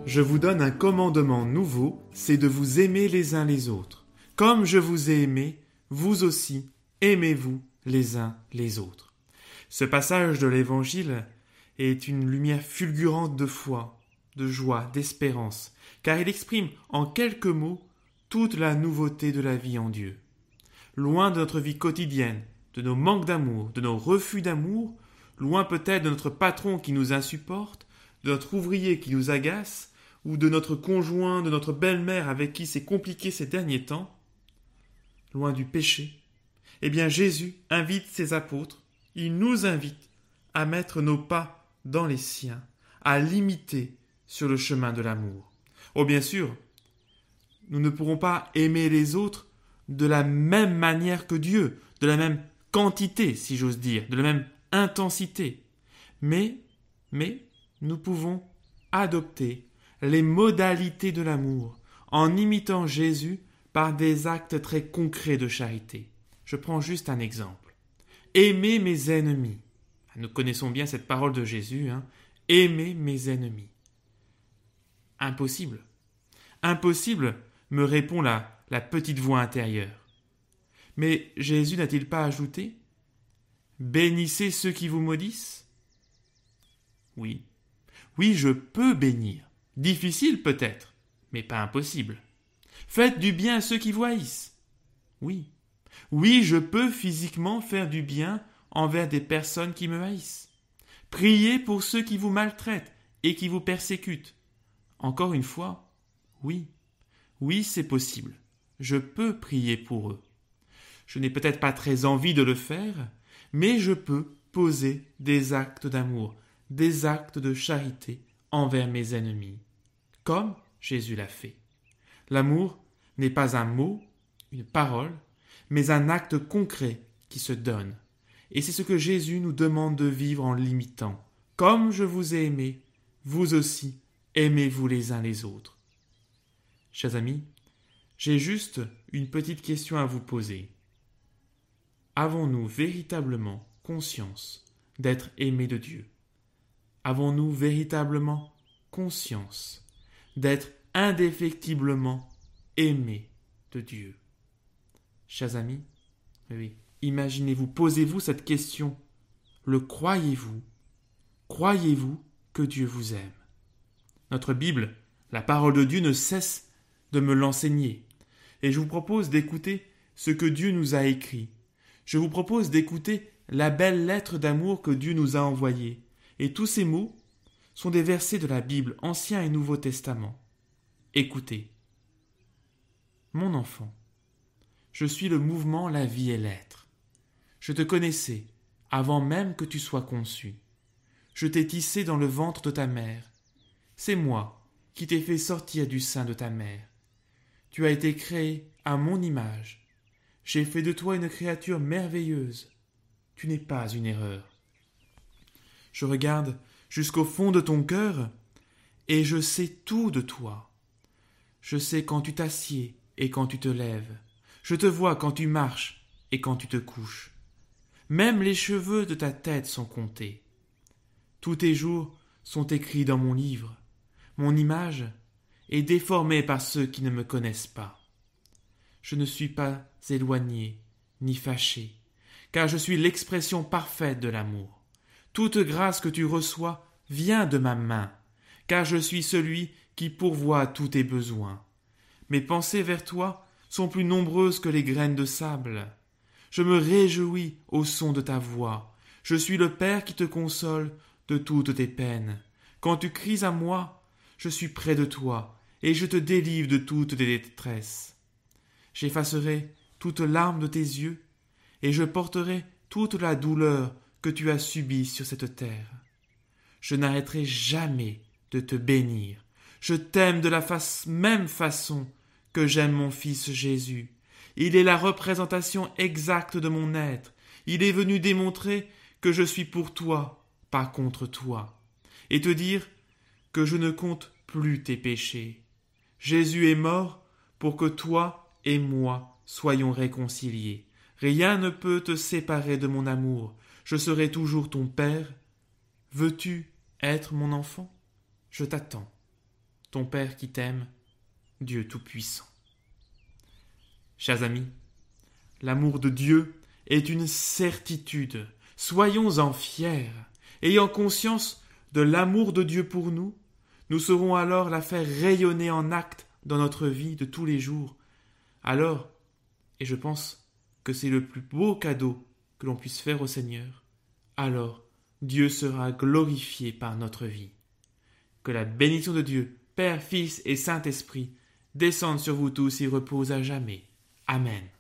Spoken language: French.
Je vous donne un commandement nouveau, c'est de vous aimer les uns les autres. Comme je vous ai aimé, vous aussi, aimez-vous les uns les autres. Ce passage de l'Évangile est une lumière fulgurante de foi, de joie, d'espérance, car il exprime en quelques mots toute la nouveauté de la vie en Dieu. Loin de notre vie quotidienne, de nos manques d'amour, de nos refus d'amour, loin peut-être de notre patron qui nous insupporte, de notre ouvrier qui nous agace, ou de notre conjoint, de notre belle-mère avec qui c'est compliqué ces derniers temps, loin du péché, eh bien Jésus invite ses apôtres, il nous invite à mettre nos pas dans les siens, à l'imiter sur le chemin de l'amour. Oh bien sûr, nous ne pourrons pas aimer les autres de la même manière que Dieu, de la même quantité, si j'ose dire, de la même intensité. Mais nous pouvons adopter les modalités de l'amour en imitant Jésus par des actes très concrets de charité. Je prends juste un exemple. Aimer mes ennemis. Nous connaissons bien cette parole de Jésus, Aimer mes ennemis. Impossible. Impossible, me répond la petite voix intérieure. Mais Jésus n'a-t-il pas ajouté « Bénissez ceux qui vous maudissent » ? Oui, je peux bénir. Difficile peut-être, mais pas impossible. Faites du bien à ceux qui vous haïssent. Oui, je peux physiquement faire du bien envers des personnes qui me haïssent. Priez pour ceux qui vous maltraitent et qui vous persécutent. Encore une fois, oui, c'est possible. Je peux prier pour eux. Je n'ai peut-être pas très envie de le faire, mais je peux poser des actes d'amour, des actes de charité envers mes ennemis, comme Jésus l'a fait. L'amour n'est pas un mot, une parole, mais un acte concret qui se donne. Et c'est ce que Jésus nous demande de vivre en l'imitant. Comme je vous ai aimé, vous aussi, aimez-vous les uns les autres. Chers amis, j'ai juste une petite question à vous poser. Avons-nous véritablement conscience d'être aimés de Dieu ? Avons-nous véritablement conscience d'être indéfectiblement aimés de Dieu ? Chers amis, oui, imaginez-vous, posez-vous cette question. Le croyez-vous ? Croyez-vous que Dieu vous aime ? Notre Bible, la parole de Dieu, ne cesse de me l'enseigner. Et je vous propose d'écouter ce que Dieu nous a écrit. Je vous propose d'écouter la belle lettre d'amour que Dieu nous a envoyée. Et tous ces mots sont des versets de la Bible, Ancien et Nouveau Testament. Écoutez. Mon enfant, je suis le mouvement, la vie et l'être. Je te connaissais avant même que tu sois conçu. Je t'ai tissé dans le ventre de ta mère. C'est moi qui t'ai fait sortir du sein de ta mère. Tu as été créé à mon image. J'ai fait de toi une créature merveilleuse. Tu n'es pas une erreur. Je regarde jusqu'au fond de ton cœur et je sais tout de toi. Je sais quand tu t'assieds et quand tu te lèves. Je te vois quand tu marches et quand tu te couches. Même les cheveux de ta tête sont comptés. Tous tes jours sont écrits dans mon livre. Mon image est déformée par ceux qui ne me connaissent pas. Je ne suis pas éloigné ni fâché, car je suis l'expression parfaite de l'amour. Toute grâce que tu reçois vient de ma main, car je suis celui qui pourvoit à tous tes besoins. Mes pensées vers toi sont plus nombreuses que les graines de sable. Je me réjouis au son de ta voix. Je suis le Père qui te console de toutes tes peines. Quand tu cries à moi, je suis près de toi, et je te délivre de toutes tes détresses. J'effacerai toute larme de tes yeux, et je porterai toute la douleur que tu as subie sur cette terre. Je n'arrêterai jamais de te bénir. Je t'aime de la même façon que j'aime mon Fils Jésus. Il est la représentation exacte de mon être. Il est venu démontrer que je suis pour toi, pas contre toi, et te dire que je ne compte plus tes péchés. Jésus est mort pour que toi et moi soyons réconciliés. Rien ne peut te séparer de mon amour. Je serai toujours ton Père. Veux-tu être mon enfant ? Je t'attends. ton Père qui t'aime, Dieu Tout-Puissant. Chers amis, l'amour de Dieu est une certitude. Soyons-en fiers. Ayant conscience de l'amour de Dieu pour nous, nous saurons alors la faire rayonner en actes dans notre vie de tous les jours. Alors, et je pense que c'est le plus beau cadeau que l'on puisse faire au Seigneur, alors Dieu sera glorifié par notre vie. Que la bénédiction de Dieu, Père, Fils et Saint-Esprit, descende sur vous tous et repose à jamais. Amen.